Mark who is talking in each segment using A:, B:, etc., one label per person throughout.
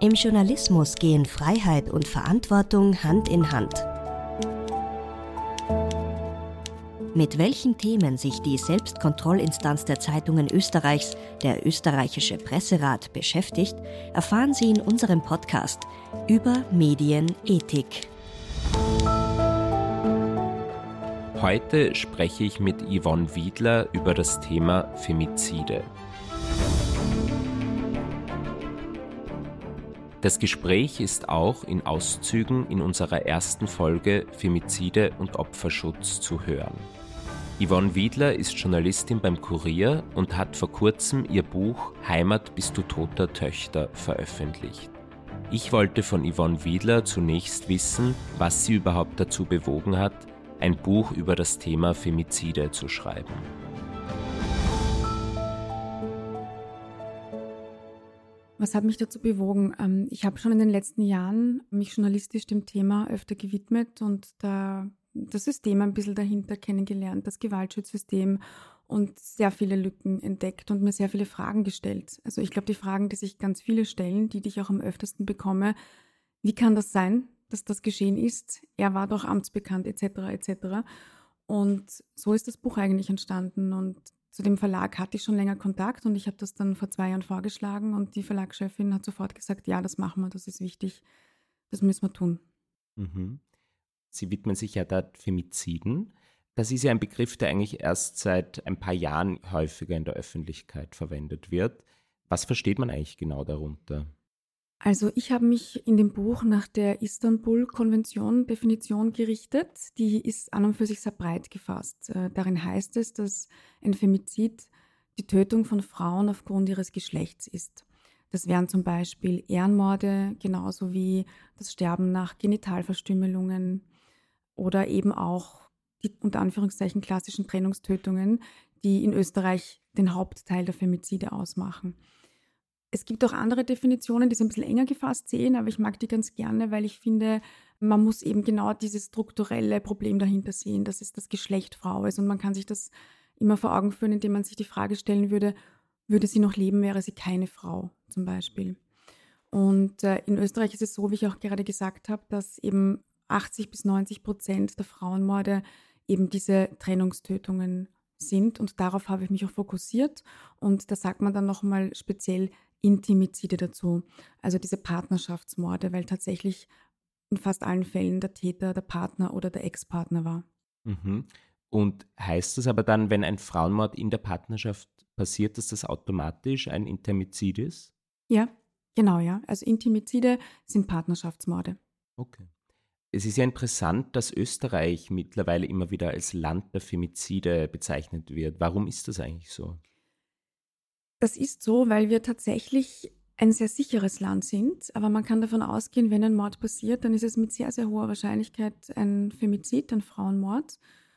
A: Im Journalismus gehen Freiheit und Verantwortung Hand in Hand. Mit welchen Themen sich die Selbstkontrollinstanz der Zeitungen Österreichs, der Österreichische Presserat, beschäftigt, erfahren Sie in unserem Podcast über Medienethik.
B: Heute spreche ich mit Yvonne Wiedler über das Thema Femizide. Das Gespräch ist auch in Auszügen in unserer ersten Folge Femizide und Opferschutz zu hören. Yvonne Wiedler ist Journalistin beim Kurier und hat vor kurzem ihr Buch Heimat bist du toter Töchter veröffentlicht. Ich wollte von Yvonne Wiedler zunächst wissen, was sie überhaupt dazu bewogen hat, ein Buch über das Thema Femizide zu schreiben.
C: Was hat mich dazu bewogen? Ich habe schon in den letzten Jahren mich journalistisch dem Thema öfter gewidmet und da das System ein bisschen dahinter kennengelernt, das Gewaltschutzsystem, und sehr viele Lücken entdeckt und mir sehr viele Fragen gestellt. Also ich glaube, die Fragen, die sich ganz viele stellen, die ich auch am öftesten bekomme: Wie kann das sein, dass das geschehen ist? Er war doch amtsbekannt etc. etc. Und so ist das Buch eigentlich entstanden, und zu dem Verlag hatte ich schon länger Kontakt und ich habe das dann vor 2 Jahren vorgeschlagen und die Verlagschefin hat sofort gesagt, ja, das machen wir, das ist wichtig, das müssen wir tun.
B: Mhm. Sie widmen sich ja da Femiziden. Das ist ja ein Begriff, der eigentlich erst seit ein paar Jahren häufiger in der Öffentlichkeit verwendet wird. Was versteht man eigentlich genau darunter?
C: Also ich habe mich in dem Buch nach der Istanbul-Konvention-Definition gerichtet. Die ist an und für sich sehr breit gefasst. Darin heißt es, dass ein Femizid die Tötung von Frauen aufgrund ihres Geschlechts ist. Das wären zum Beispiel Ehrenmorde, genauso wie das Sterben nach Genitalverstümmelungen oder eben auch die unter Anführungszeichen klassischen Trennungstötungen, die in Österreich den Hauptteil der Femizide ausmachen. Es gibt auch andere Definitionen, die es ein bisschen enger gefasst sehen, aber ich mag die ganz gerne, weil ich finde, man muss eben genau dieses strukturelle Problem dahinter sehen, dass es das Geschlecht Frau ist, und man kann sich das immer vor Augen führen, indem man sich die Frage stellen würde, würde sie noch leben, wäre sie keine Frau zum Beispiel. Und in Österreich ist es so, wie ich auch gerade gesagt habe, dass eben 80-90% der Frauenmorde eben diese Trennungstötungen sind, und darauf habe ich mich auch fokussiert, und da sagt man dann nochmal speziell Intimizide dazu, also diese Partnerschaftsmorde, weil tatsächlich in fast allen Fällen der Täter der Partner oder der Ex-Partner war.
B: Mhm. Und heißt das aber dann, wenn ein Frauenmord in der Partnerschaft passiert, dass das automatisch ein Intimizid ist?
C: Ja, genau, ja. Also Intimizide sind Partnerschaftsmorde.
B: Okay. Es ist ja interessant, dass Österreich mittlerweile immer wieder als Land der Femizide bezeichnet wird. Warum ist das eigentlich so?
C: Das ist so, weil wir tatsächlich ein sehr sicheres Land sind, aber man kann davon ausgehen, wenn ein Mord passiert, dann ist es mit sehr, sehr hoher Wahrscheinlichkeit ein Femizid, ein Frauenmord.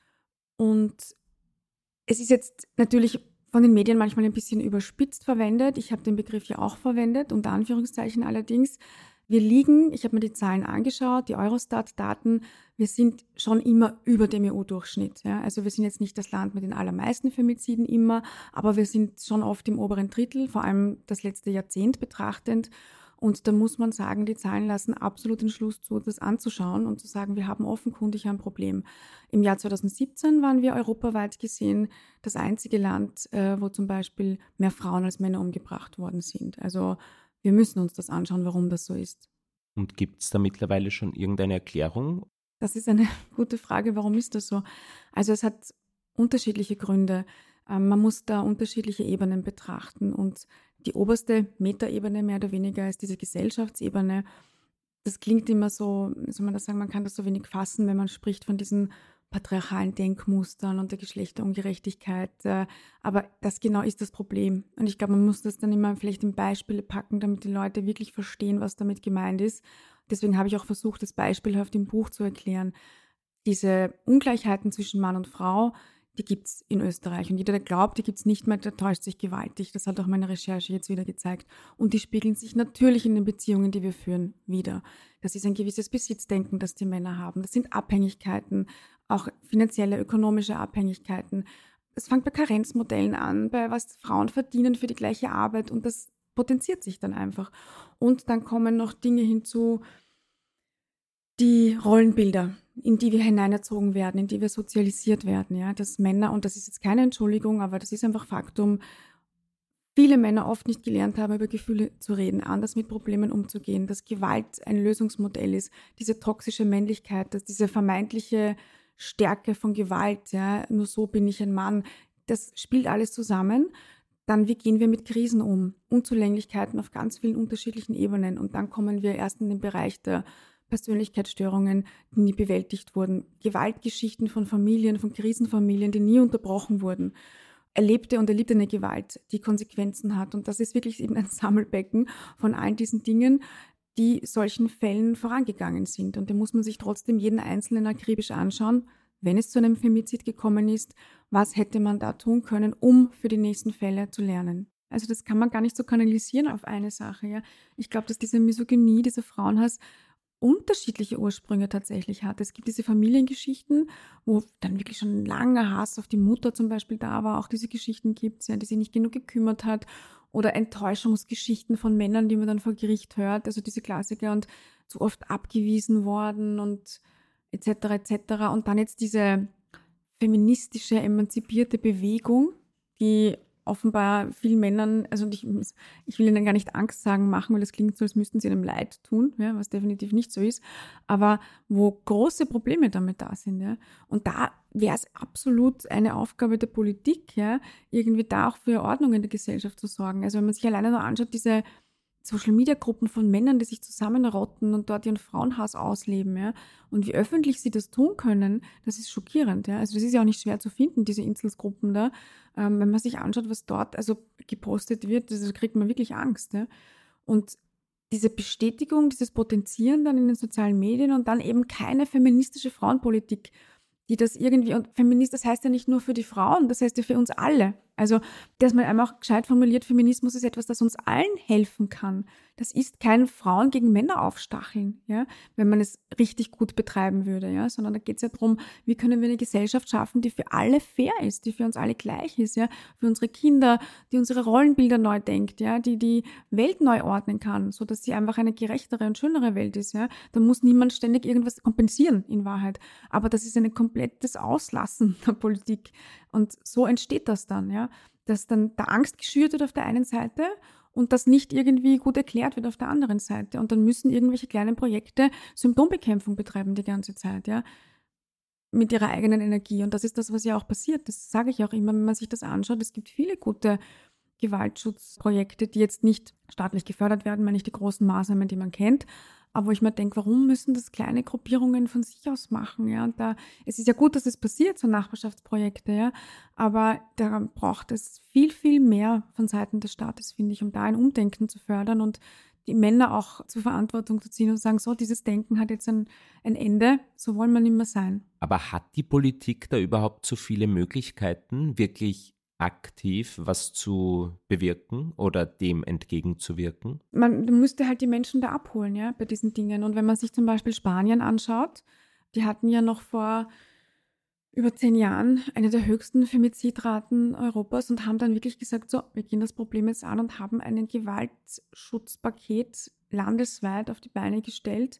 C: Und es ist jetzt natürlich von den Medien manchmal ein bisschen überspitzt verwendet. Ich habe den Begriff ja auch verwendet, unter Anführungszeichen allerdings. Wir liegen, ich habe mir die Zahlen angeschaut, die Eurostat-Daten, wir sind schon immer über dem EU-Durchschnitt. Ja? Also wir sind jetzt nicht das Land mit den allermeisten Femiziden immer, aber wir sind schon oft im oberen Drittel, vor allem das letzte Jahrzehnt betrachtend. Und da muss man sagen, die Zahlen lassen absolut den Schluss zu, das anzuschauen und zu sagen, wir haben offenkundig ein Problem. Im Jahr 2017 waren wir europaweit gesehen das einzige Land, wo zum Beispiel mehr Frauen als Männer umgebracht worden sind. Also wir müssen uns das anschauen, warum das so ist.
B: Und gibt es da mittlerweile schon irgendeine Erklärung?
C: Das ist eine gute Frage, warum ist das so? Also es hat unterschiedliche Gründe. Man muss da unterschiedliche Ebenen betrachten, und die oberste Metaebene mehr oder weniger ist diese Gesellschaftsebene. Das klingt immer so, wie soll man das sagen, man kann das so wenig fassen, wenn man spricht von diesen patriarchalen Denkmustern und der Geschlechterungerechtigkeit. Aber das genau ist das Problem. Und ich glaube, man muss das dann immer vielleicht in Beispiele packen, damit die Leute wirklich verstehen, was damit gemeint ist. Deswegen habe ich auch versucht, das beispielhaft im Buch zu erklären. Diese Ungleichheiten zwischen Mann und Frau, die gibt's in Österreich. Und jeder, der glaubt, die gibt's nicht mehr, der täuscht sich gewaltig. Das hat auch meine Recherche jetzt wieder gezeigt. Und die spiegeln sich natürlich in den Beziehungen, die wir führen, wieder. Das ist ein gewisses Besitzdenken, das die Männer haben. Das sind Abhängigkeiten, auch finanzielle, ökonomische Abhängigkeiten. Es fängt bei Karenzmodellen an, bei was Frauen verdienen für die gleiche Arbeit. Und das potenziert sich dann einfach. Und dann kommen noch Dinge hinzu, die Rollenbilder, in die wir hineinerzogen werden, in die wir sozialisiert werden, ja, dass Männer, und das ist jetzt keine Entschuldigung, aber das ist einfach Faktum, viele Männer oft nicht gelernt haben, über Gefühle zu reden, anders mit Problemen umzugehen, dass Gewalt ein Lösungsmodell ist, diese toxische Männlichkeit, dass diese vermeintliche Stärke von Gewalt, ja, nur so bin ich ein Mann, das spielt alles zusammen. Dann, wie gehen wir mit Krisen um? Unzulänglichkeiten auf ganz vielen unterschiedlichen Ebenen. Und dann kommen wir erst in den Bereich der Persönlichkeitsstörungen, die nie bewältigt wurden. Gewaltgeschichten von Familien, von Krisenfamilien, die nie unterbrochen wurden. Erlebte und erlittene Gewalt, die Konsequenzen hat. Und das ist wirklich eben ein Sammelbecken von all diesen Dingen, die solchen Fällen vorangegangen sind. Und da muss man sich trotzdem jeden Einzelnen akribisch anschauen, wenn es zu einem Femizid gekommen ist, was hätte man da tun können, um für die nächsten Fälle zu lernen. Also das kann man gar nicht so kanalisieren auf eine Sache. Ja. Ich glaube, dass diese Misogynie, dieser Frauenhass unterschiedliche Ursprünge tatsächlich hat. Es gibt diese Familiengeschichten, wo dann wirklich schon langer Hass auf die Mutter zum Beispiel da war. Auch diese Geschichten gibt es, ja, die sich nicht genug gekümmert hat. Oder Enttäuschungsgeschichten von Männern, die man dann vor Gericht hört. Also diese Klassiker und zu oft abgewiesen worden und etc. etc. Und dann jetzt diese feministische, emanzipierte Bewegung, die offenbar vielen Männern, also ich will ihnen gar nicht Angst sagen machen, weil das klingt so, als müssten sie einem leid tun, ja, was definitiv nicht so ist, aber wo große Probleme damit da sind. Ja. Und da wäre es absolut eine Aufgabe der Politik, ja, irgendwie da auch für Ordnung in der Gesellschaft zu sorgen. Also wenn man sich alleine nur anschaut, diese Social-Media-Gruppen von Männern, die sich zusammenrotten und dort ihren Frauenhass ausleben, ja, und wie öffentlich sie das tun können, das ist schockierend, ja. Also das ist ja auch nicht schwer zu finden, diese Incels-Gruppen da. Wenn man sich anschaut, was dort also gepostet wird, also kriegt man wirklich Angst, ja. Und diese Bestätigung, dieses Potenzieren dann in den sozialen Medien und dann eben keine feministische Frauenpolitik, die das irgendwie, und Feminist, das heißt ja nicht nur für die Frauen, das heißt ja für uns alle. Also, dass man einmal auch gescheit formuliert, Feminismus ist etwas, das uns allen helfen kann. Das ist kein Frauen gegen Männer aufstacheln, ja, wenn man es richtig gut betreiben würde, ja, sondern da geht es ja darum, wie können wir eine Gesellschaft schaffen, die für alle fair ist, die für uns alle gleich ist, ja, für unsere Kinder, die unsere Rollenbilder neu denkt, ja, die die Welt neu ordnen kann, sodass sie einfach eine gerechtere und schönere Welt ist, ja. Da muss niemand ständig irgendwas kompensieren, in Wahrheit. Aber das ist ein komplettes Auslassen der Politik. Und so entsteht das dann, ja, dass dann der Angst geschürt wird auf der einen Seite und das nicht irgendwie gut erklärt wird auf der anderen Seite. Und dann müssen irgendwelche kleinen Projekte Symptombekämpfung betreiben die ganze Zeit, ja, mit ihrer eigenen Energie. Und das ist das, was ja auch passiert. Das sage ich auch immer, wenn man sich das anschaut. Es gibt viele gute Gewaltschutzprojekte, die jetzt nicht staatlich gefördert werden, meine ich die großen Maßnahmen, die man kennt, aber wo ich mir denke, warum müssen das kleine Gruppierungen von sich aus machen? Ja? Und es ist ja gut, dass es passiert, so Nachbarschaftsprojekte, ja, aber da braucht es viel, viel mehr von Seiten des Staates, finde ich, um da ein Umdenken zu fördern und die Männer auch zur Verantwortung zu ziehen und zu sagen, so, dieses Denken hat jetzt ein Ende, so wollen wir nicht mehr sein.
B: Aber hat die Politik da überhaupt so viele Möglichkeiten, wirklich aktiv was zu bewirken oder dem entgegenzuwirken?
C: Man müsste halt die Menschen da abholen, ja, bei diesen Dingen. Und wenn man sich zum Beispiel Spanien anschaut, die hatten ja noch vor über 10 Jahren eine der höchsten Femizidraten Europas und haben dann wirklich gesagt, so, wir gehen das Problem jetzt an und haben ein Gewaltschutzpaket landesweit auf die Beine gestellt,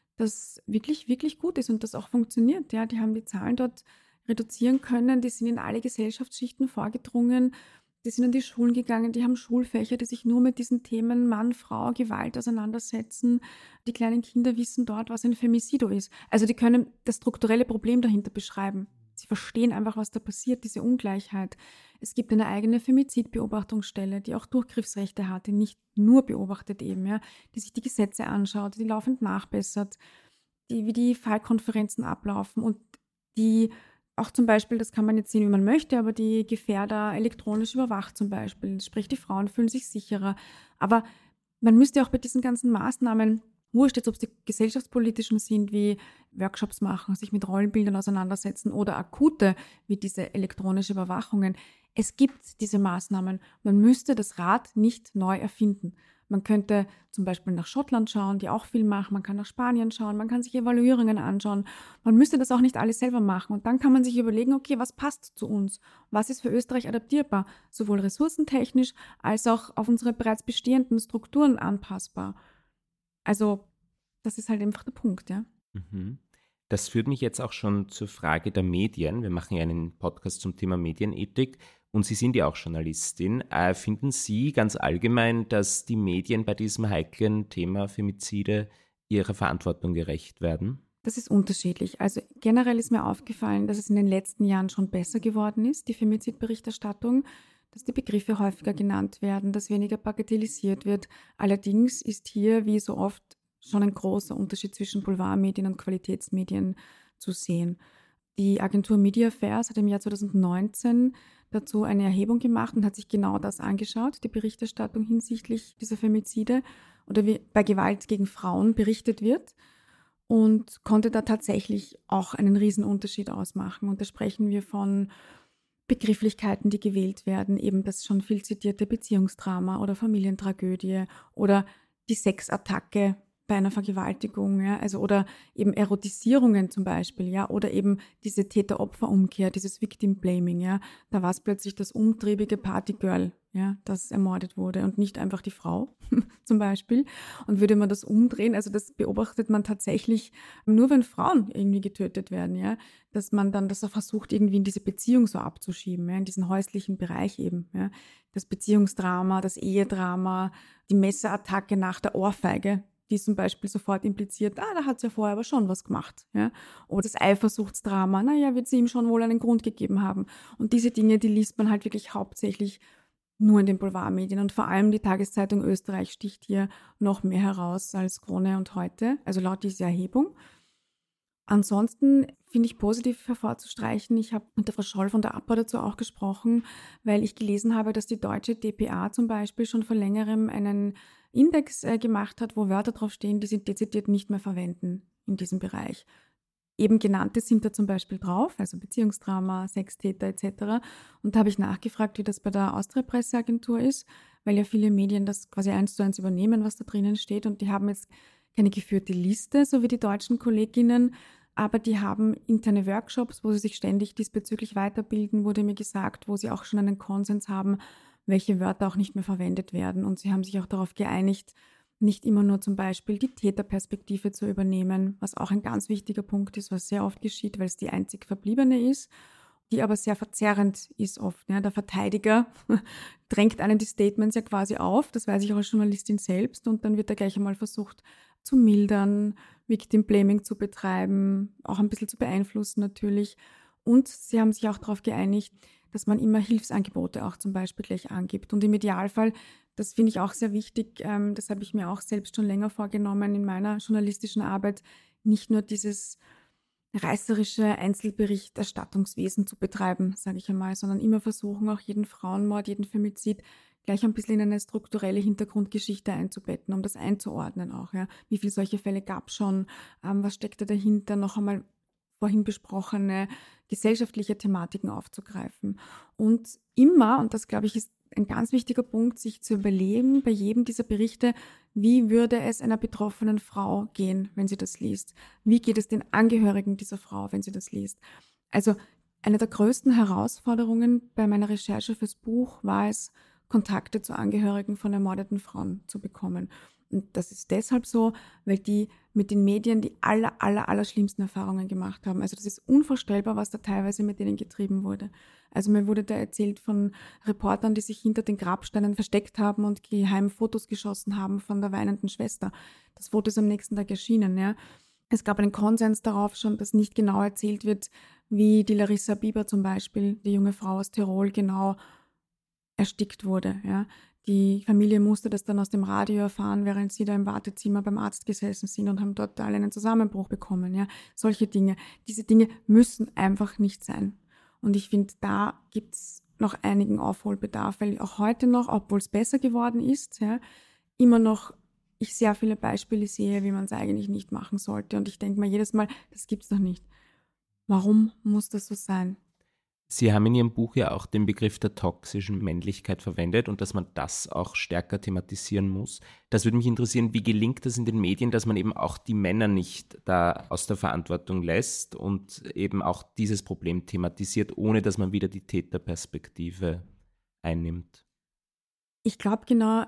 C: das wirklich, wirklich gut ist und das auch funktioniert. Ja, die haben die Zahlen dort reduzieren können, die sind in alle Gesellschaftsschichten vorgedrungen, die sind in die Schulen gegangen, die haben Schulfächer, die sich nur mit diesen Themen Mann, Frau, Gewalt auseinandersetzen. Die kleinen Kinder wissen dort, was ein Femicido ist. Also die können das strukturelle Problem dahinter beschreiben. Sie verstehen einfach, was da passiert, diese Ungleichheit. Es gibt eine eigene Femizidbeobachtungsstelle, die auch Durchgriffsrechte hat, die nicht nur beobachtet eben, ja, die sich die Gesetze anschaut, die laufend nachbessert, wie die Fallkonferenzen ablaufen und die auch zum Beispiel, das kann man jetzt sehen, wie man möchte, aber die Gefährder elektronisch überwacht zum Beispiel. Sprich, die Frauen fühlen sich sicherer. Aber man müsste auch bei diesen ganzen Maßnahmen, wurscht jetzt, ob es die gesellschaftspolitischen sind, wie Workshops machen, sich mit Rollenbildern auseinandersetzen oder akute, wie diese elektronische Überwachungen. Es gibt diese Maßnahmen. Man müsste das Rad nicht neu erfinden. Man könnte zum Beispiel nach Schottland schauen, die auch viel machen. Man kann nach Spanien schauen, man kann sich Evaluierungen anschauen. Man müsste das auch nicht alles selber machen. Und dann kann man sich überlegen, okay, was passt zu uns? Was ist für Österreich adaptierbar? Sowohl ressourcentechnisch als auch auf unsere bereits bestehenden Strukturen anpassbar. Also das ist halt einfach der Punkt, ja.
B: Mhm. Das führt mich jetzt auch schon zur Frage der Medien. Wir machen ja einen Podcast zum Thema Medienethik und Sie sind ja auch Journalistin. Finden Sie ganz allgemein, dass die Medien bei diesem heiklen Thema Femizide ihrer Verantwortung gerecht werden?
C: Das ist unterschiedlich. Also generell ist mir aufgefallen, dass es in den letzten Jahren schon besser geworden ist, die Femizidberichterstattung, dass die Begriffe häufiger genannt werden, dass weniger bagatellisiert wird. Allerdings ist hier, wie so oft, schon ein großer Unterschied zwischen Boulevardmedien und Qualitätsmedien zu sehen. Die Agentur Media Affairs hat im Jahr 2019 dazu eine Erhebung gemacht und hat sich genau das angeschaut, die Berichterstattung hinsichtlich dieser Femizide oder wie bei Gewalt gegen Frauen berichtet wird und konnte da tatsächlich auch einen Riesenunterschied ausmachen. Und da sprechen wir von Begrifflichkeiten, die gewählt werden, eben das schon viel zitierte Beziehungsdrama oder Familientragödie oder die Sexattacke bei einer Vergewaltigung, ja, also oder eben Erotisierungen zum Beispiel, ja, oder eben diese Täter-Opfer-Umkehr, dieses Victim-Blaming, ja, da war es plötzlich das umtriebige Partygirl, ja, das ermordet wurde und nicht einfach die Frau zum Beispiel. Und würde man das umdrehen, also das beobachtet man tatsächlich nur, wenn Frauen irgendwie getötet werden, ja, dass man dann das auch versucht, irgendwie in diese Beziehung so abzuschieben, ja, in diesen häuslichen Bereich eben, ja, das Beziehungsdrama, das Ehedrama, die Messerattacke nach der Ohrfeige, die zum Beispiel sofort impliziert, da hat sie ja vorher aber schon was gemacht. Ja? Oder das Eifersuchtsdrama, wird sie ihm schon wohl einen Grund gegeben haben. Und diese Dinge, die liest man halt wirklich hauptsächlich nur in den Boulevardmedien. Und vor allem die Tageszeitung Österreich sticht hier noch mehr heraus als Krone und Heute, also laut dieser Erhebung. Ansonsten finde ich positiv hervorzustreichen, ich habe mit der Frau Scholl von der APA dazu auch gesprochen, weil ich gelesen habe, dass die deutsche dpa zum Beispiel schon vor längerem einen Index gemacht hat, wo Wörter draufstehen, die sie dezidiert nicht mehr verwenden in diesem Bereich. Eben genannte sind da zum Beispiel drauf, also Beziehungsdrama, Sextäter etc. Und da habe ich nachgefragt, wie das bei der Austria-Presseagentur ist, weil ja viele Medien das quasi 1:1 übernehmen, was da drinnen steht. Und die haben jetzt keine geführte Liste, so wie die deutschen Kolleginnen, aber die haben interne Workshops, wo sie sich ständig diesbezüglich weiterbilden, wurde mir gesagt, wo sie auch schon einen Konsens haben, welche Wörter auch nicht mehr verwendet werden. Und sie haben sich auch darauf geeinigt, nicht immer nur zum Beispiel die Täterperspektive zu übernehmen, was auch ein ganz wichtiger Punkt ist, was sehr oft geschieht, weil es die einzig Verbliebene ist, die aber sehr verzerrend ist oft. Ja. Der Verteidiger drängt einem die Statements ja quasi auf, das weiß ich auch als Journalistin selbst, und dann wird da gleich einmal versucht zu mildern, Victim Blaming zu betreiben, auch ein bisschen zu beeinflussen natürlich. Und sie haben sich auch darauf geeinigt, dass man immer Hilfsangebote auch zum Beispiel gleich angibt. Und im Idealfall, das finde ich auch sehr wichtig, das habe ich mir auch selbst schon länger vorgenommen in meiner journalistischen Arbeit, nicht nur dieses reißerische Einzelberichterstattungswesen zu betreiben, sage ich einmal, sondern immer versuchen, auch jeden Frauenmord, jeden Femizid gleich ein bisschen in eine strukturelle Hintergrundgeschichte einzubetten, um das einzuordnen auch. Ja. Wie viele solche Fälle gab es schon? Was steckt da dahinter? Noch einmal vorhin besprochene gesellschaftliche Thematiken aufzugreifen. Und immer, und das glaube ich ist ein ganz wichtiger Punkt, sich zu überlegen bei jedem dieser Berichte, wie würde es einer betroffenen Frau gehen, wenn sie das liest? Wie geht es den Angehörigen dieser Frau, wenn sie das liest? Also eine der größten Herausforderungen bei meiner Recherche fürs Buch war es, Kontakte zu Angehörigen von ermordeten Frauen zu bekommen. Und das ist deshalb so, weil die mit den Medien die allerschlimmsten Erfahrungen gemacht haben. Also das ist unvorstellbar, was da teilweise mit denen getrieben wurde. Also mir wurde da erzählt von Reportern, die sich hinter den Grabsteinen versteckt haben und geheim Fotos geschossen haben von der weinenden Schwester. Das Foto ist am nächsten Tag erschienen, ja. Es gab einen Konsens darauf schon, dass nicht genau erzählt wird, wie die Larissa Bieber zum Beispiel, die junge Frau aus Tirol, genau erstickt wurde, ja. Die Familie musste das dann aus dem Radio erfahren, während sie da im Wartezimmer beim Arzt gesessen sind und haben dort alle einen Zusammenbruch bekommen. Ja. Solche Dinge. Diese Dinge müssen einfach nicht sein. Und ich finde, da gibt es noch einigen Aufholbedarf, weil auch heute noch, obwohl es besser geworden ist, ja, immer noch ich sehr viele Beispiele sehe, wie man es eigentlich nicht machen sollte. Und ich denke mir jedes Mal, das gibt's doch nicht. Warum muss das so sein?
B: Sie haben in Ihrem Buch ja auch den Begriff der toxischen Männlichkeit verwendet und dass man das auch stärker thematisieren muss. Das würde mich interessieren, wie gelingt das in den Medien, dass man eben auch die Männer nicht da aus der Verantwortung lässt und eben auch dieses Problem thematisiert, ohne dass man wieder die Täterperspektive einnimmt?
C: Ich glaube genau,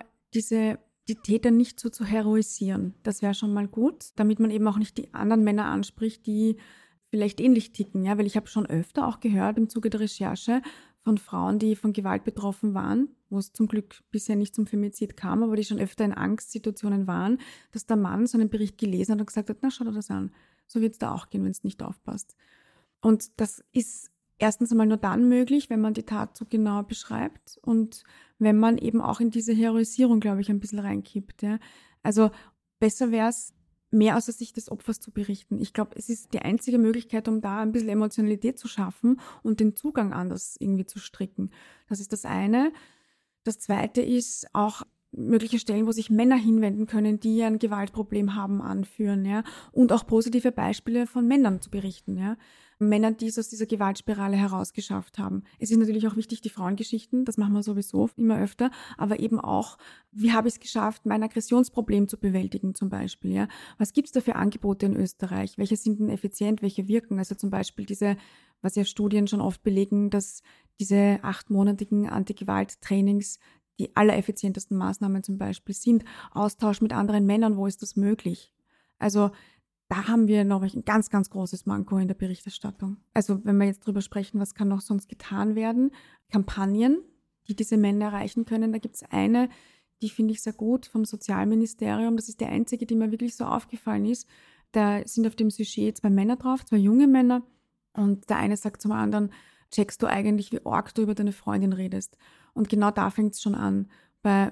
C: die Täter nicht so zu heroisieren, das wäre schon mal gut, damit man eben auch nicht die anderen Männer anspricht, die vielleicht ähnlich ticken, ja, weil ich habe schon öfter auch gehört im Zuge der Recherche von Frauen, die von Gewalt betroffen waren, wo es zum Glück bisher nicht zum Femizid kam, aber die schon öfter in Angstsituationen waren, dass der Mann so einen Bericht gelesen hat und gesagt hat, na, schau dir das an, so wird es da auch gehen, wenn es nicht aufpasst. Und das ist erstens einmal nur dann möglich, wenn man die Tat so genau beschreibt und wenn man eben auch in diese Heroisierung, glaube ich, ein bisschen reinkippt. Ja. Also besser wäre es, mehr aus der Sicht des Opfers zu berichten. Ich glaube, es ist die einzige Möglichkeit, um da ein bisschen Emotionalität zu schaffen und den Zugang anders irgendwie zu stricken. Das ist das eine. Das zweite ist auch mögliche Stellen, wo sich Männer hinwenden können, die ein Gewaltproblem haben, anführen, ja, und auch positive Beispiele von Männern zu berichten, ja. Männern, die es aus dieser Gewaltspirale herausgeschafft haben. Es ist natürlich auch wichtig, die Frauengeschichten, das machen wir sowieso immer öfter, aber eben auch, wie habe ich es geschafft, mein Aggressionsproblem zu bewältigen zum Beispiel, ja. Was gibt es da für Angebote in Österreich? Welche sind denn effizient, welche wirken? Also zum Beispiel was ja Studien schon oft belegen, dass diese 8-monatigen Anti-Gewalt-Trainings die allereffizientesten Maßnahmen zum Beispiel sind. Austausch mit anderen Männern, wo ist das möglich? Also da haben wir noch ein ganz, ganz großes Manko in der Berichterstattung. Also wenn wir jetzt drüber sprechen, was kann noch sonst getan werden? Kampagnen, die diese Männer erreichen können. Da gibt es eine, die finde ich sehr gut, vom Sozialministerium. Das ist die einzige, die mir wirklich so aufgefallen ist. Da sind auf dem Sujet 2 Männer drauf, 2 junge Männer. Und der eine sagt zum anderen, checkst du eigentlich, wie arg du über deine Freundin redest? Und genau da fängt es schon an. Bei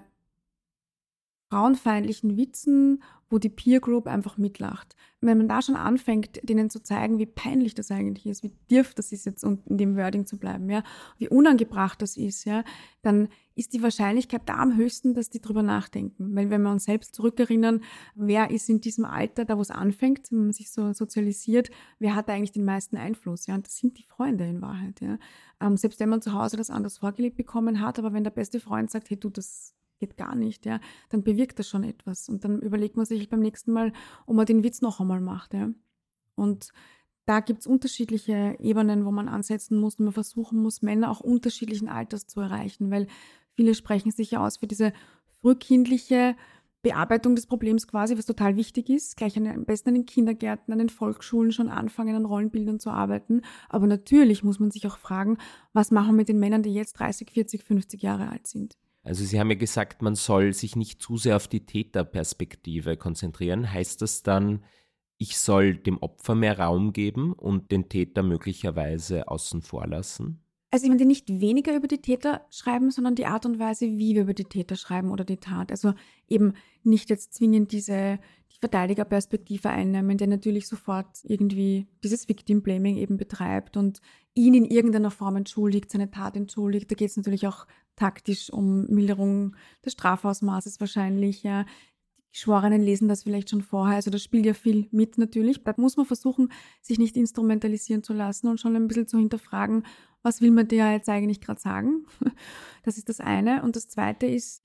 C: frauenfeindlichen Witzen, wo die Peer Group einfach mitlacht. Wenn man da schon anfängt, denen zu zeigen, wie peinlich das eigentlich ist, wie dirf das ist jetzt, um in dem Wording zu bleiben, ja, wie unangebracht das ist, ja, dann ist die Wahrscheinlichkeit da am höchsten, dass die drüber nachdenken. Weil wenn wir uns selbst zurückerinnern, wer ist in diesem Alter, da wo es anfängt, wenn man sich so sozialisiert, wer hat eigentlich den meisten Einfluss? Ja, und das sind die Freunde in Wahrheit. Ja. Selbst wenn man zu Hause das anders vorgelebt bekommen hat, aber wenn der beste Freund sagt, hey du, das geht gar nicht, ja, dann bewirkt das schon etwas. Und dann überlegt man sich beim nächsten Mal, ob man den Witz noch einmal macht. Ja. Und da gibt es unterschiedliche Ebenen, wo man ansetzen muss und man versuchen muss, Männer auch unterschiedlichen Alters zu erreichen, weil viele sprechen sich ja aus für diese frühkindliche Bearbeitung des Problems quasi, was total wichtig ist, gleich am besten an den Kindergärten, an den Volksschulen schon anfangen, an Rollenbildern zu arbeiten. Aber natürlich muss man sich auch fragen, was machen wir mit den Männern, die jetzt 30, 40, 50 Jahre alt sind.
B: Also Sie haben ja gesagt, man soll sich nicht zu sehr auf die Täterperspektive konzentrieren. Heißt das dann, ich soll dem Opfer mehr Raum geben und den Täter möglicherweise außen vor lassen?
C: Also ich meine, nicht weniger über die Täter schreiben, sondern die Art und Weise, wie wir über die Täter schreiben oder die Tat. Also eben nicht jetzt zwingend die Verteidigerperspektive einnehmen, der natürlich sofort irgendwie dieses Victim-Blaming eben betreibt und ihn in irgendeiner Form entschuldigt, seine Tat entschuldigt. Da geht es natürlich auch taktisch um Milderung des Strafausmaßes wahrscheinlich. Ja. Die Geschworenen lesen das vielleicht schon vorher, also das spielt ja viel mit natürlich. Da muss man versuchen, sich nicht instrumentalisieren zu lassen und schon ein bisschen zu hinterfragen, was will man dir jetzt eigentlich gerade sagen? Das ist das eine. Und das zweite ist,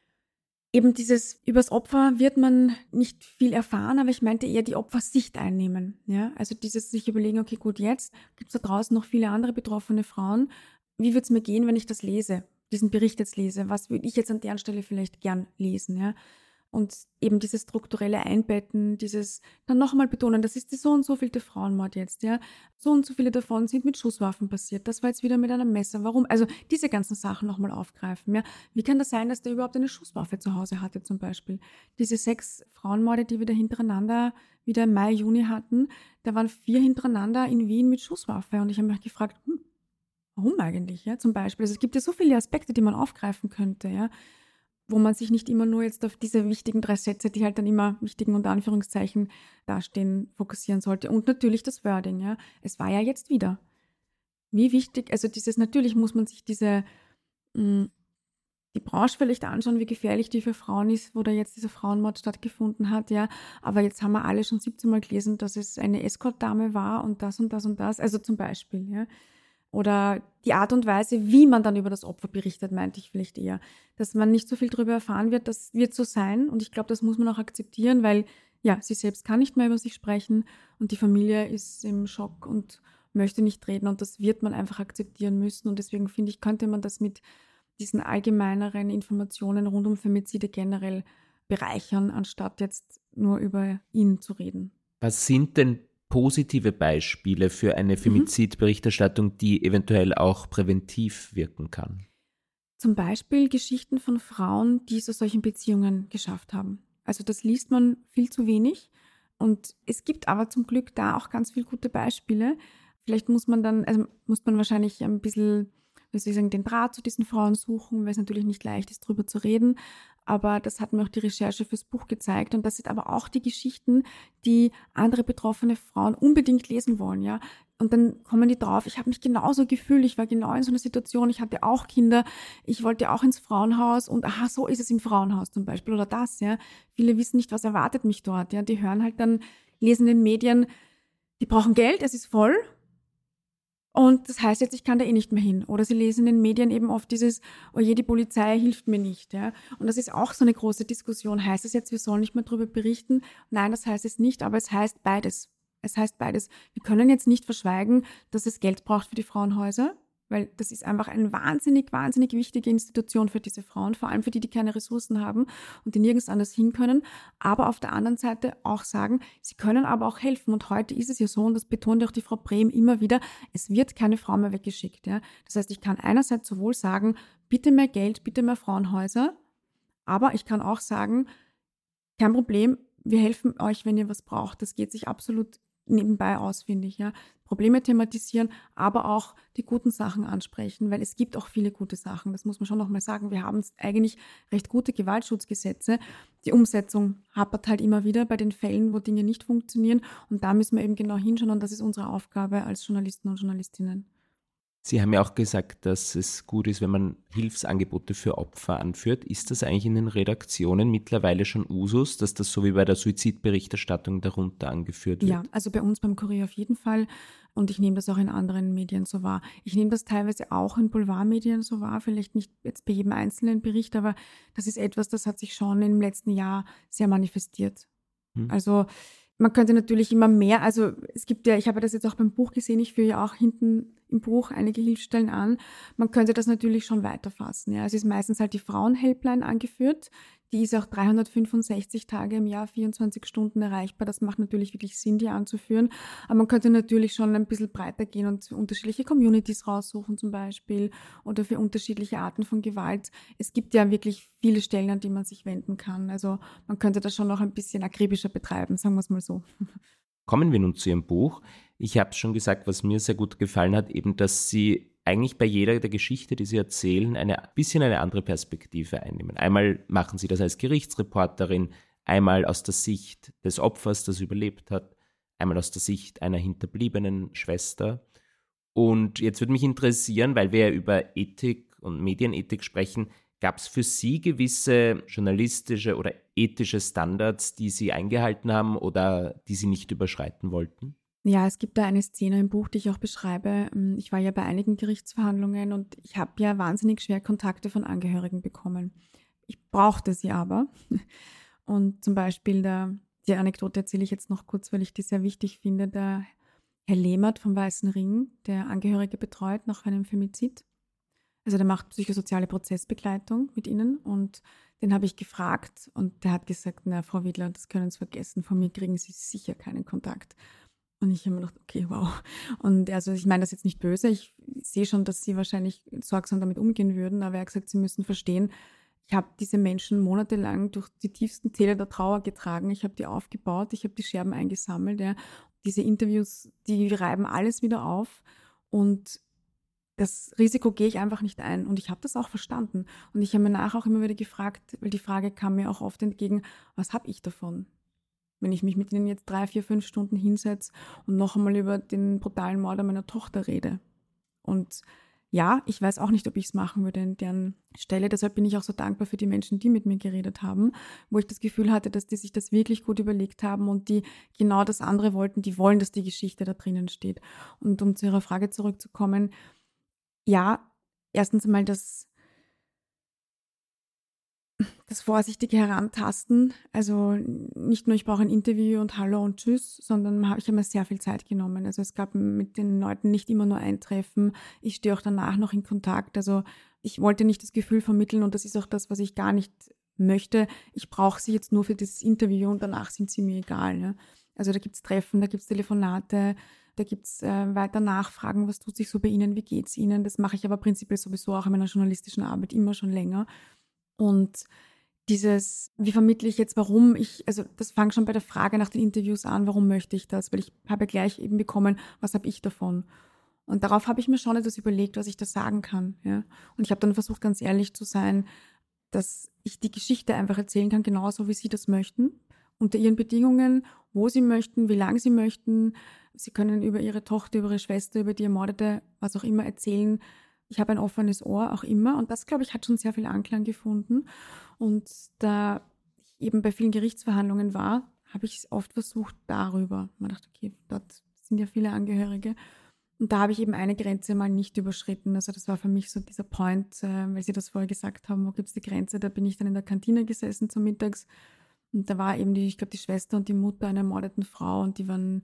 C: eben übers Opfer wird man nicht viel erfahren, aber ich meinte eher die Opfersicht einnehmen. Ja? Also sich überlegen, okay, gut, jetzt gibt es da draußen noch viele andere betroffene Frauen. Wie würde es mir gehen, wenn ich das lese, diesen Bericht jetzt lese? Was würde ich jetzt an deren Stelle vielleicht gern lesen? Ja? Und eben dieses strukturelle Einbetten, dann noch einmal betonen, das ist die so und so vielte Frauenmord jetzt, ja. So und so viele davon sind mit Schusswaffen passiert. Das war jetzt wieder mit einem Messer. Warum? Also diese ganzen Sachen nochmal aufgreifen, ja. Wie kann das sein, dass der überhaupt eine Schusswaffe zu Hause hatte zum Beispiel? Diese 6 Frauenmorde, die wir da hintereinander wieder im Mai, Juni hatten, da waren 4 hintereinander in Wien mit Schusswaffe. Und ich habe mich gefragt, warum eigentlich, ja, zum Beispiel. Also es gibt ja so viele Aspekte, die man aufgreifen könnte, ja, wo man sich nicht immer nur jetzt auf diese wichtigen 3 Sätze, die halt dann immer wichtigen unter Anführungszeichen dastehen, fokussieren sollte. Und natürlich das Wording, ja. Es war ja jetzt wieder. Wie wichtig, also natürlich muss man sich die Branche vielleicht anschauen, wie gefährlich die für Frauen ist, wo da jetzt dieser Frauenmord stattgefunden hat, ja. Aber jetzt haben wir alle schon 17 Mal gelesen, dass es eine Escort-Dame war und das und das und das, also zum Beispiel, ja. Oder die Art und Weise, wie man dann über das Opfer berichtet, meinte ich vielleicht eher. Dass man nicht so viel darüber erfahren wird, das wird so sein. Und ich glaube, das muss man auch akzeptieren, weil ja, sie selbst kann nicht mehr über sich sprechen und die Familie ist im Schock und möchte nicht reden. Und das wird man einfach akzeptieren müssen. Und deswegen finde ich, könnte man das mit diesen allgemeineren Informationen rund um Femizide generell bereichern, anstatt jetzt nur über ihn zu reden.
B: Was sind denn positive Beispiele für eine Femizidberichterstattung, die eventuell auch präventiv wirken kann?
C: Zum Beispiel Geschichten von Frauen, die es aus solchen Beziehungen geschafft haben. Also das liest man viel zu wenig und es gibt aber zum Glück da auch ganz viele gute Beispiele. Vielleicht muss man wahrscheinlich ein bisschen, wie soll ich sagen, den Draht zu diesen Frauen suchen, weil es natürlich nicht leicht ist, darüber zu reden. Aber das hat mir auch die Recherche fürs Buch gezeigt. Und das sind aber auch die Geschichten, die andere betroffene Frauen unbedingt lesen wollen, ja. Und dann kommen die drauf, ich habe mich genauso gefühlt, ich war genau in so einer Situation, ich hatte auch Kinder, ich wollte auch ins Frauenhaus und aha, so ist es im Frauenhaus zum Beispiel oder das, ja. Viele wissen nicht, was erwartet mich dort, ja. Die hören halt dann, lesen in den Medien, die brauchen Geld, es ist voll. Und das heißt jetzt, ich kann da eh nicht mehr hin. Oder sie lesen in den Medien eben oft dieses, oh je, die Polizei hilft mir nicht. Ja? Und das ist auch so eine große Diskussion. Heißt es jetzt, wir sollen nicht mehr darüber berichten? Nein, das heißt es nicht, aber es heißt beides. Es heißt beides. Wir können jetzt nicht verschweigen, dass es Geld braucht für die Frauenhäuser, weil das ist einfach eine wahnsinnig, wahnsinnig wichtige Institution für diese Frauen, vor allem für die, die keine Ressourcen haben und die nirgends anders hin können. Aber auf der anderen Seite auch sagen, sie können aber auch helfen. Und heute ist es ja so, und das betont auch die Frau Brehm immer wieder, es wird keine Frau mehr weggeschickt. Ja? Das heißt, ich kann einerseits sowohl sagen, bitte mehr Geld, bitte mehr Frauenhäuser, aber ich kann auch sagen, kein Problem, wir helfen euch, wenn ihr was braucht. Das geht sich absolut nebenbei aus, finde ich, ja. Probleme thematisieren, aber auch die guten Sachen ansprechen, weil es gibt auch viele gute Sachen, das muss man schon nochmal sagen. Wir haben eigentlich recht gute Gewaltschutzgesetze. Die Umsetzung hapert halt immer wieder bei den Fällen, wo Dinge nicht funktionieren und da müssen wir eben genau hinschauen und das ist unsere Aufgabe als Journalisten und Journalistinnen.
B: Sie haben ja auch gesagt, dass es gut ist, wenn man Hilfsangebote für Opfer anführt. Ist das eigentlich in den Redaktionen mittlerweile schon Usus, dass das so wie bei der Suizidberichterstattung darunter angeführt wird?
C: Ja, also bei uns beim Kurier auf jeden Fall und ich nehme das auch in anderen Medien so wahr. Ich nehme das teilweise auch in Boulevardmedien so wahr, vielleicht nicht jetzt bei jedem einzelnen Bericht, aber das ist etwas, das hat sich schon im letzten Jahr sehr manifestiert. Also man könnte natürlich immer mehr, also es gibt ja, ich habe das jetzt auch beim Buch gesehen, ich führe ja auch hinten im Buch einige Hilfsstellen an. Man könnte das natürlich schon weiterfassen. Ja. Es ist meistens halt die Frauenhelpline angeführt. Die ist auch 365 Tage im Jahr, 24 Stunden erreichbar. Das macht natürlich wirklich Sinn, die anzuführen. Aber man könnte natürlich schon ein bisschen breiter gehen und für unterschiedliche Communities raussuchen zum Beispiel oder für unterschiedliche Arten von Gewalt. Es gibt ja wirklich viele Stellen, an die man sich wenden kann. Also man könnte das schon noch ein bisschen akribischer betreiben, sagen wir es mal so.
B: Kommen wir nun zu Ihrem Buch. Ich habe es schon gesagt, was mir sehr gut gefallen hat, eben, dass Sie eigentlich bei jeder der Geschichte, die Sie erzählen, ein bisschen eine andere Perspektive einnehmen. Einmal machen Sie das als Gerichtsreporterin, einmal aus der Sicht des Opfers, das überlebt hat, einmal aus der Sicht einer hinterbliebenen Schwester. Und jetzt würde mich interessieren, weil wir ja über Ethik und Medienethik sprechen, gab es für Sie gewisse journalistische oder ethische Standards, die Sie eingehalten haben oder die Sie nicht überschreiten wollten?
C: Ja, es gibt da eine Szene im Buch, die ich auch beschreibe. Ich war ja bei einigen Gerichtsverhandlungen und ich habe ja wahnsinnig schwer Kontakte von Angehörigen bekommen. Ich brauchte sie aber. Und zum Beispiel die Anekdote erzähle ich jetzt noch kurz, weil ich die sehr wichtig finde. Der Herr Lehmert vom Weißen Ring, der Angehörige betreut nach einem Femizid. Also der macht psychosoziale Prozessbegleitung mit ihnen und den habe ich gefragt und der hat gesagt, na Frau Wiedler, das können Sie vergessen, von mir kriegen Sie sicher keinen Kontakt. Und ich habe mir gedacht, okay, wow. Und also ich meine das jetzt nicht böse, ich sehe schon, dass Sie wahrscheinlich sorgsam damit umgehen würden, aber er hat gesagt, Sie müssen verstehen, ich habe diese Menschen monatelang durch die tiefsten Täler der Trauer getragen, ich habe die aufgebaut, ich habe die Scherben eingesammelt. Ja. Diese Interviews, die reiben alles wieder auf und das Risiko gehe ich einfach nicht ein und ich habe das auch verstanden. Und ich habe mir nachher auch immer wieder gefragt, weil die Frage kam mir auch oft entgegen, was habe ich davon? Wenn ich mich mit ihnen jetzt 3, 4, 5 Stunden hinsetze und noch einmal über den brutalen Mord an meiner Tochter rede. Und ja, ich weiß auch nicht, ob ich es machen würde in deren Stelle. Deshalb bin ich auch so dankbar für die Menschen, die mit mir geredet haben, wo ich das Gefühl hatte, dass die sich das wirklich gut überlegt haben und die genau das andere wollten. Die wollen, dass die Geschichte da drinnen steht. Und um zu Ihrer Frage zurückzukommen, Ja, erstens einmal das vorsichtige Herantasten. Also nicht nur, ich brauche ein Interview und Hallo und Tschüss, sondern ich habe mir sehr viel Zeit genommen. Also es gab mit den Leuten nicht immer nur ein Treffen. Ich stehe auch danach noch in Kontakt. Also ich wollte nicht das Gefühl vermitteln, und das ist auch das, was ich gar nicht möchte. Ich brauche sie jetzt nur für dieses Interview und danach sind sie mir egal. Ne? Also da gibt es Treffen, da gibt es Telefonate, da gibt es weiter Nachfragen, was tut sich so bei Ihnen, wie geht es Ihnen. Das mache ich aber prinzipiell sowieso auch in meiner journalistischen Arbeit immer schon länger. Und wie vermittle ich jetzt, also das fängt schon bei der Frage nach den Interviews an, warum möchte ich das? Weil ich habe ja gleich eben bekommen, was habe ich davon? Und darauf habe ich mir schon etwas überlegt, was ich da sagen kann. Ja? Und ich habe dann versucht, ganz ehrlich zu sein, dass ich die Geschichte einfach erzählen kann, genauso wie Sie das möchten, unter Ihren Bedingungen, wo Sie möchten, wie lange Sie möchten. Sie können über Ihre Tochter, über Ihre Schwester, über die Ermordete, was auch immer erzählen. Ich habe ein offenes Ohr, auch immer. Und das, glaube ich, hat schon sehr viel Anklang gefunden. Und da ich eben bei vielen Gerichtsverhandlungen war, habe ich es oft versucht darüber. Man dachte, okay, dort sind ja viele Angehörige. Und da habe ich eben eine Grenze mal nicht überschritten. Also das war für mich so dieser Point, weil Sie das vorher gesagt haben, wo gibt es die Grenze? Da bin ich dann in der Kantine gesessen zum Mittags. Und da war eben ich glaube, die Schwester und die Mutter einer ermordeten Frau, und die waren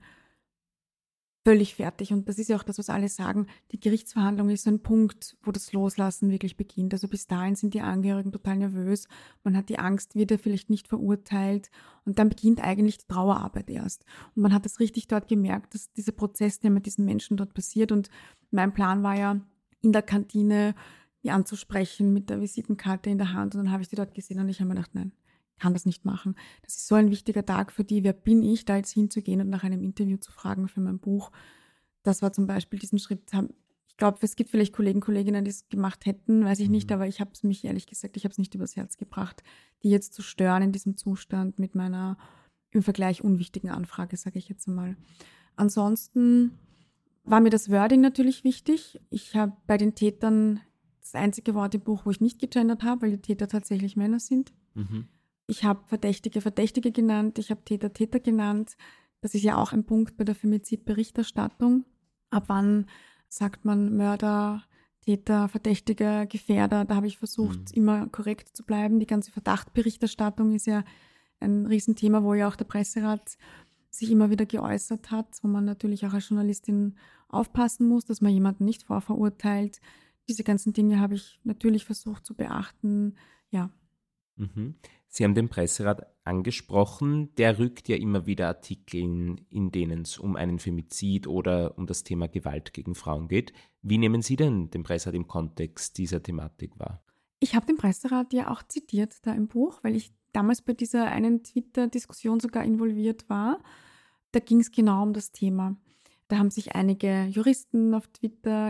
C: völlig fertig. Und das ist ja auch das, was alle sagen. Die Gerichtsverhandlung ist so ein Punkt, wo das Loslassen wirklich beginnt. Also bis dahin sind die Angehörigen total nervös. Man hat die Angst, wird er vielleicht nicht verurteilt. Und dann beginnt eigentlich die Trauerarbeit erst. Und man hat das richtig dort gemerkt, dass dieser Prozess, der mit diesen Menschen dort passiert. Und mein Plan war ja, in der Kantine die anzusprechen mit der Visitenkarte in der Hand. Und dann habe ich die dort gesehen und ich habe mir gedacht, nein, kann das nicht machen. Das ist so ein wichtiger Tag für die. Wer bin ich, da jetzt hinzugehen und nach einem Interview zu fragen für mein Buch? Das war zum Beispiel diesen Schritt. Ich glaube, es gibt vielleicht Kollegen, Kolleginnen, die es gemacht hätten, weiß ich nicht, aber ich habe es mich ehrlich gesagt, ich habe es nicht übers Herz gebracht, die jetzt zu stören in diesem Zustand mit meiner im Vergleich unwichtigen Anfrage, sage ich jetzt einmal. Ansonsten war mir das Wording natürlich wichtig. Ich habe bei den Tätern das einzige Wort im Buch, wo ich nicht gegendert habe, weil die Täter tatsächlich Männer sind.
B: Mhm.
C: Ich habe Verdächtige genannt, ich habe Täter genannt. Das ist ja auch ein Punkt bei der Femizidberichterstattung. Ab wann sagt man Mörder, Täter, Verdächtiger, Gefährder? Da habe ich versucht, immer korrekt zu bleiben. Die ganze Verdachtberichterstattung ist ja ein Riesenthema, wo ja auch der Presserat sich immer wieder geäußert hat, wo man natürlich auch als Journalistin aufpassen muss, dass man jemanden nicht vorverurteilt. Diese ganzen Dinge habe ich natürlich versucht zu beachten. Ja.
B: Mhm. Sie haben den Presserat angesprochen. Der rückt ja immer wieder Artikel, in denen es um einen Femizid oder um das Thema Gewalt gegen Frauen geht. Wie nehmen Sie denn den Presserat im Kontext dieser Thematik wahr?
C: Ich habe den Presserat ja auch zitiert da im Buch, weil ich damals bei dieser einen Twitter-Diskussion sogar involviert war. Da ging es genau um das Thema. Da haben sich einige Juristen auf Twitter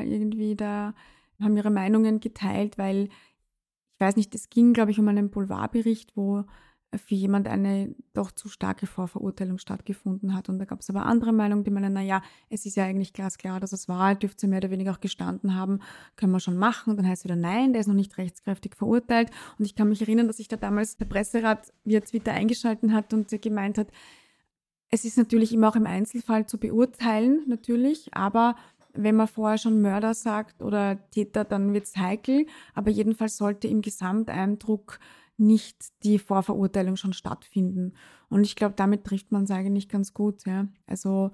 C: haben ihre Meinungen geteilt, weil ich weiß nicht, es ging, glaube ich, um einen Boulevardbericht, wo für jemand eine doch zu starke Vorverurteilung stattgefunden hat. Und da gab es aber andere Meinungen, die meinen, naja, es ist ja eigentlich glasklar, dass es war, dürfte sie mehr oder weniger auch gestanden haben, können wir schon machen. Und dann heißt es wieder, nein, der ist noch nicht rechtskräftig verurteilt. Und ich kann mich erinnern, dass sich da damals der Presserat via Twitter eingeschaltet hat und gemeint hat, es ist natürlich immer auch im Einzelfall zu beurteilen, natürlich, aber wenn man vorher schon Mörder sagt oder Täter, dann wird es heikel. Aber jedenfalls sollte im Gesamteindruck nicht die Vorverurteilung schon stattfinden. Und ich glaube, damit trifft man es eigentlich ganz gut. Ja. Also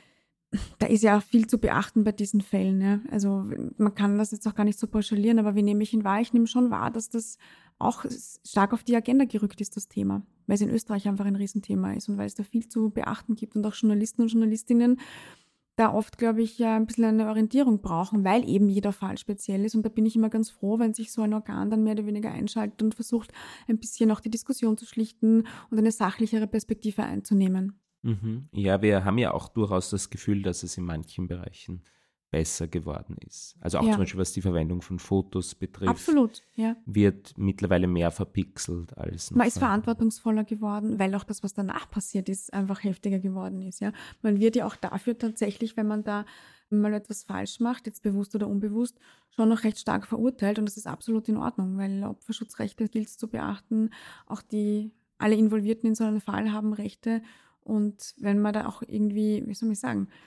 C: da ist ja auch viel zu beachten bei diesen Fällen. Ja. Also man kann das jetzt auch gar nicht so pauschalieren, aber wie nehme ich ihn wahr? Ich nehme schon wahr, dass das auch stark auf die Agenda gerückt ist, das Thema. Weil es in Österreich einfach ein Riesenthema ist und weil es da viel zu beachten gibt und auch Journalisten und Journalistinnen da oft, glaube ich, ja ein bisschen eine Orientierung brauchen, weil eben jeder Fall speziell ist. Und da bin ich immer ganz froh, wenn sich so ein Organ dann mehr oder weniger einschaltet und versucht, ein bisschen auch die Diskussion zu schlichten und eine sachlichere Perspektive einzunehmen.
B: Mhm. Ja, wir haben ja auch durchaus das Gefühl, dass es in manchen Bereichen besser geworden ist. Also auch zum Beispiel, was die Verwendung von Fotos betrifft.
C: Absolut, ja.
B: Wird mittlerweile mehr verpixelt als noch.
C: Man ist verantwortungsvoller geworden, weil auch das, was danach passiert ist, einfach heftiger geworden ist. Ja. Man wird ja auch dafür tatsächlich, wenn man da mal etwas falsch macht, jetzt bewusst oder unbewusst, schon noch recht stark verurteilt. Und das ist absolut in Ordnung, weil Opferschutzrechte gilt es zu beachten. Auch alle Involvierten in so einem Fall haben Rechte. Und wenn man da auch irgendwie, wie soll ich sagen,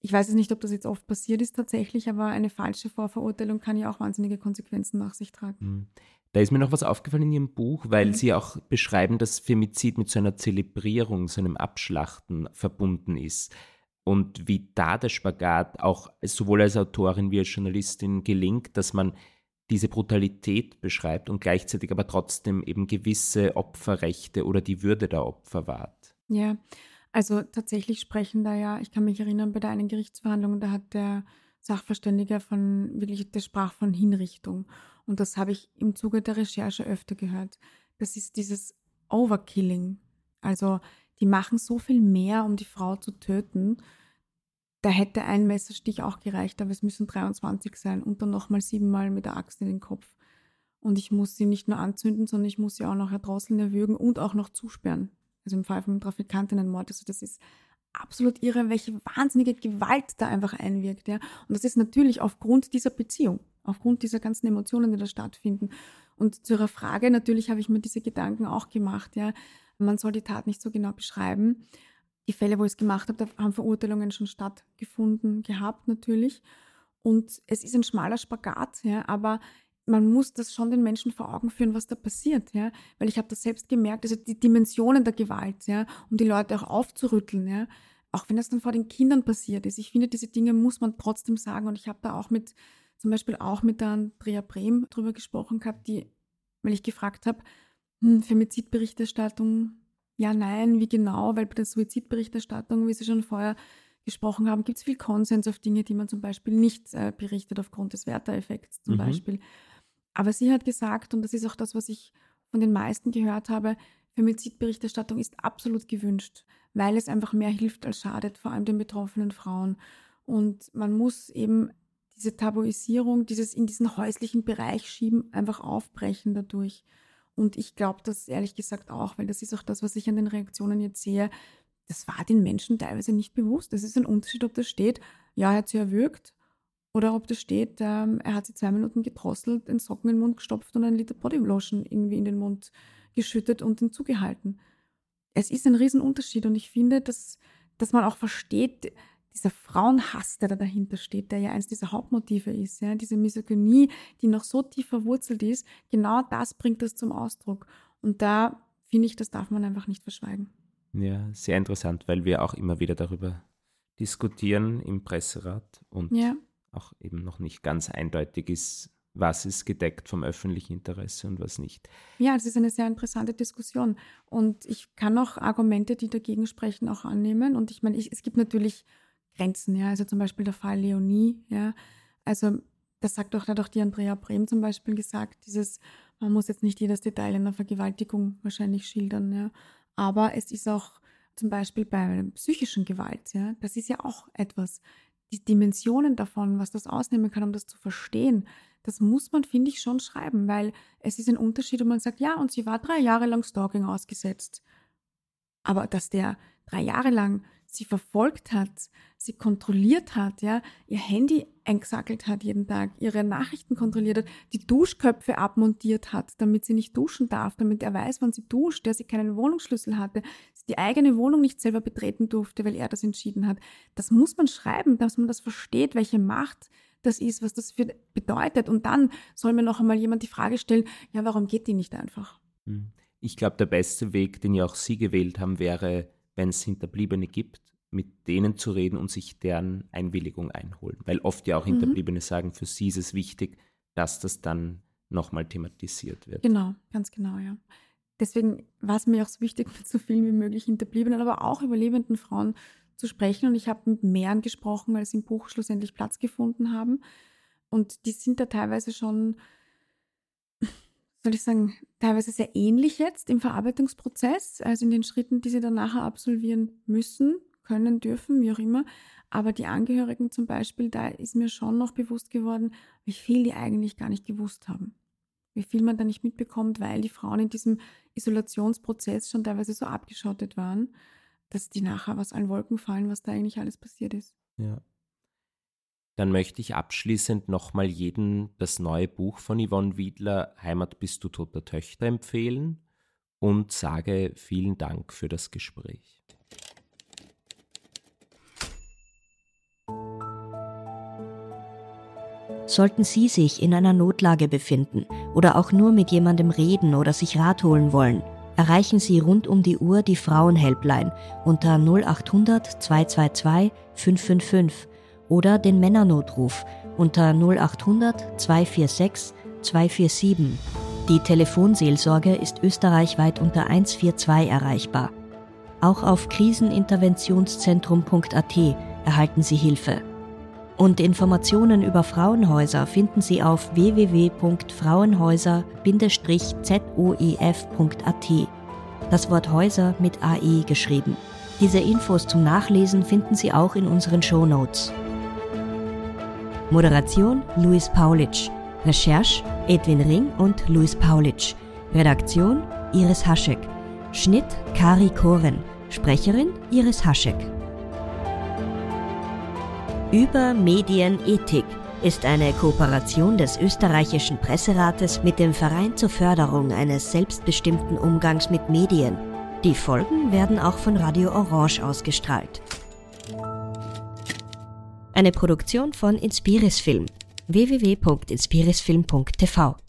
C: Ich weiß jetzt nicht, ob das jetzt oft passiert ist tatsächlich, aber eine falsche Vorverurteilung kann ja auch wahnsinnige Konsequenzen nach sich tragen.
B: Da ist mir noch was aufgefallen in Ihrem Buch, weil
C: Ja.
B: Sie auch beschreiben, dass Femizid mit so einer Zelebrierung, so einem Abschlachten verbunden ist. Und wie da der Spagat auch sowohl als Autorin wie als Journalistin gelingt, dass man diese Brutalität beschreibt und gleichzeitig aber trotzdem eben gewisse Opferrechte oder die Würde der Opfer wahrt.
C: Ja, also tatsächlich sprechen da ja, ich kann mich erinnern, bei der einen Gerichtsverhandlung, da hat der Sachverständige der sprach von Hinrichtung. Und das habe ich im Zuge der Recherche öfter gehört. Das ist dieses Overkilling. Also die machen so viel mehr, um die Frau zu töten. Da hätte ein Messerstich auch gereicht, aber es müssen 23 sein und dann nochmal 7-mal mit der Axt in den Kopf. Und ich muss sie nicht nur anzünden, sondern ich muss sie auch noch erdrosseln, erwürgen und auch noch zusperren. Also im Fall von Trafikantinnenmord. Also das ist absolut irre, welche wahnsinnige Gewalt da einfach einwirkt. Ja. Und das ist natürlich aufgrund dieser Beziehung, aufgrund dieser ganzen Emotionen, die da stattfinden. Und zu Ihrer Frage, natürlich habe ich mir diese Gedanken auch gemacht. Ja. Man soll die Tat nicht so genau beschreiben. Die Fälle, wo ich es gemacht habe, da haben Verurteilungen schon stattgefunden gehabt natürlich. Und es ist ein schmaler Spagat, ja, aber man muss das schon den Menschen vor Augen führen, was da passiert, ja, weil ich habe das selbst gemerkt, also die Dimensionen der Gewalt, ja, um die Leute auch aufzurütteln, ja, auch wenn das dann vor den Kindern passiert ist. Ich finde, diese Dinge muss man trotzdem sagen und ich habe da auch zum Beispiel auch mit der Andrea Brehm drüber gesprochen gehabt, weil ich gefragt habe, Femizidberichterstattung, ja, nein, wie genau, weil bei der Suizidberichterstattung, wie Sie schon vorher gesprochen haben, gibt es viel Konsens auf Dinge, die man zum Beispiel nicht berichtet aufgrund des Werter-Effekts zum Beispiel. Aber sie hat gesagt, und das ist auch das, was ich von den meisten gehört habe, Femizidberichterstattung ist absolut gewünscht, weil es einfach mehr hilft als schadet, vor allem den betroffenen Frauen. Und man muss eben diese Tabuisierung, dieses in diesen häuslichen Bereich schieben, einfach aufbrechen dadurch. Und ich glaube das ehrlich gesagt auch, weil das ist auch das, was ich an den Reaktionen jetzt sehe. Das war den Menschen teilweise nicht bewusst. Es ist ein Unterschied, ob das steht, ja, er hat sie erwürgt, oder ob das steht, er hat sie 2 Minuten gedrosselt, den Socken in den Mund gestopft und 1 Liter Bodylotion irgendwie in den Mund geschüttet und den zugehalten. Es ist ein Riesenunterschied und ich finde, dass man auch versteht, dieser Frauenhass, der da dahinter steht, der ja eines dieser Hauptmotive ist, ja, diese Misogynie, die noch so tief verwurzelt ist, genau das bringt das zum Ausdruck. Und da finde ich, das darf man einfach nicht verschweigen.
B: Ja, sehr interessant, weil wir auch immer wieder darüber diskutieren im Presserat und auch eben noch nicht ganz eindeutig ist, was ist gedeckt vom öffentlichen Interesse und was nicht.
C: Ja, das ist eine sehr interessante Diskussion und ich kann auch Argumente, die dagegen sprechen, auch annehmen und ich meine, es gibt natürlich Grenzen, ja, also zum Beispiel der Fall Leonie, ja, also das hat auch die Andrea Brehm zum Beispiel gesagt, man muss jetzt nicht jedes Detail einer Vergewaltigung wahrscheinlich schildern, ja, aber es ist auch zum Beispiel bei psychischen Gewalt, ja, das ist ja auch etwas, die Dimensionen davon, was das ausnehmen kann, um das zu verstehen, das muss man, finde ich, schon schreiben, weil es ist ein Unterschied, wenn man sagt, ja, und sie war 3 Jahre lang Stalking ausgesetzt. Aber dass der 3 Jahre lang sie verfolgt hat, sie kontrolliert hat, ja, ihr Handy eingesackelt hat jeden Tag, ihre Nachrichten kontrolliert hat, die Duschköpfe abmontiert hat, damit sie nicht duschen darf, damit er weiß, wann sie duscht, der sie keinen Wohnungsschlüssel hatte, sie die eigene Wohnung nicht selber betreten durfte, weil er das entschieden hat. Das muss man schreiben, dass man das versteht, welche Macht das ist, was das bedeutet. Und dann soll mir noch einmal jemand die Frage stellen, ja, warum geht die nicht einfach?
B: Ich glaube, der beste Weg, den ja auch Sie gewählt haben, wäre, wenn es Hinterbliebene gibt, mit denen zu reden und sich deren Einwilligung einholen. Weil oft ja auch Hinterbliebene sagen, für sie ist es wichtig, dass das dann nochmal thematisiert wird.
C: Genau, ganz genau, ja. Deswegen war es mir auch so wichtig, mit so vielen wie möglich Hinterbliebenen, aber auch überlebenden Frauen zu sprechen. Und ich habe mit mehreren gesprochen, weil es im Buch schlussendlich Platz gefunden haben. Und die sind da teilweise schon, soll ich sagen, teilweise sehr ähnlich jetzt im Verarbeitungsprozess, also in den Schritten, die sie dann nachher absolvieren müssen, können, dürfen, wie auch immer. Aber die Angehörigen zum Beispiel, da ist mir schon noch bewusst geworden, wie viel die eigentlich gar nicht gewusst haben. Wie viel man da nicht mitbekommt, weil die Frauen in diesem Isolationsprozess schon teilweise so abgeschottet waren, dass die nachher aus allen Wolken fallen, was da eigentlich alles passiert ist.
B: Ja. Dann möchte ich abschließend nochmal jedem das neue Buch von Yvonne Wiedler, Heimat bis du toter Töchter, empfehlen und sage vielen Dank für das Gespräch.
A: Sollten Sie sich in einer Notlage befinden oder auch nur mit jemandem reden oder sich Rat holen wollen, erreichen Sie rund um die Uhr die Frauenhelpline unter 0800 222 555 oder den Männernotruf unter 0800 246 247. Die Telefonseelsorge ist österreichweit unter 142 erreichbar. Auch auf kriseninterventionszentrum.at erhalten Sie Hilfe. Und Informationen über Frauenhäuser finden Sie auf www.frauenhäuser-zoef.at. Das Wort Häuser mit AE geschrieben. Diese Infos zum Nachlesen finden Sie auch in unseren Shownotes. Moderation Luis Paulitsch. Recherche Edwin Ring und Luis Paulitsch. Redaktion Iris Haschek. Schnitt Kari Koren. Sprecherin Iris Haschek. Über Medienethik ist eine Kooperation des österreichischen Presserates mit dem Verein zur Förderung eines selbstbestimmten Umgangs mit Medien. Die Folgen werden auch von Radio Orange ausgestrahlt. Eine Produktion von Inspirisfilm. www.inspirisfilm.tv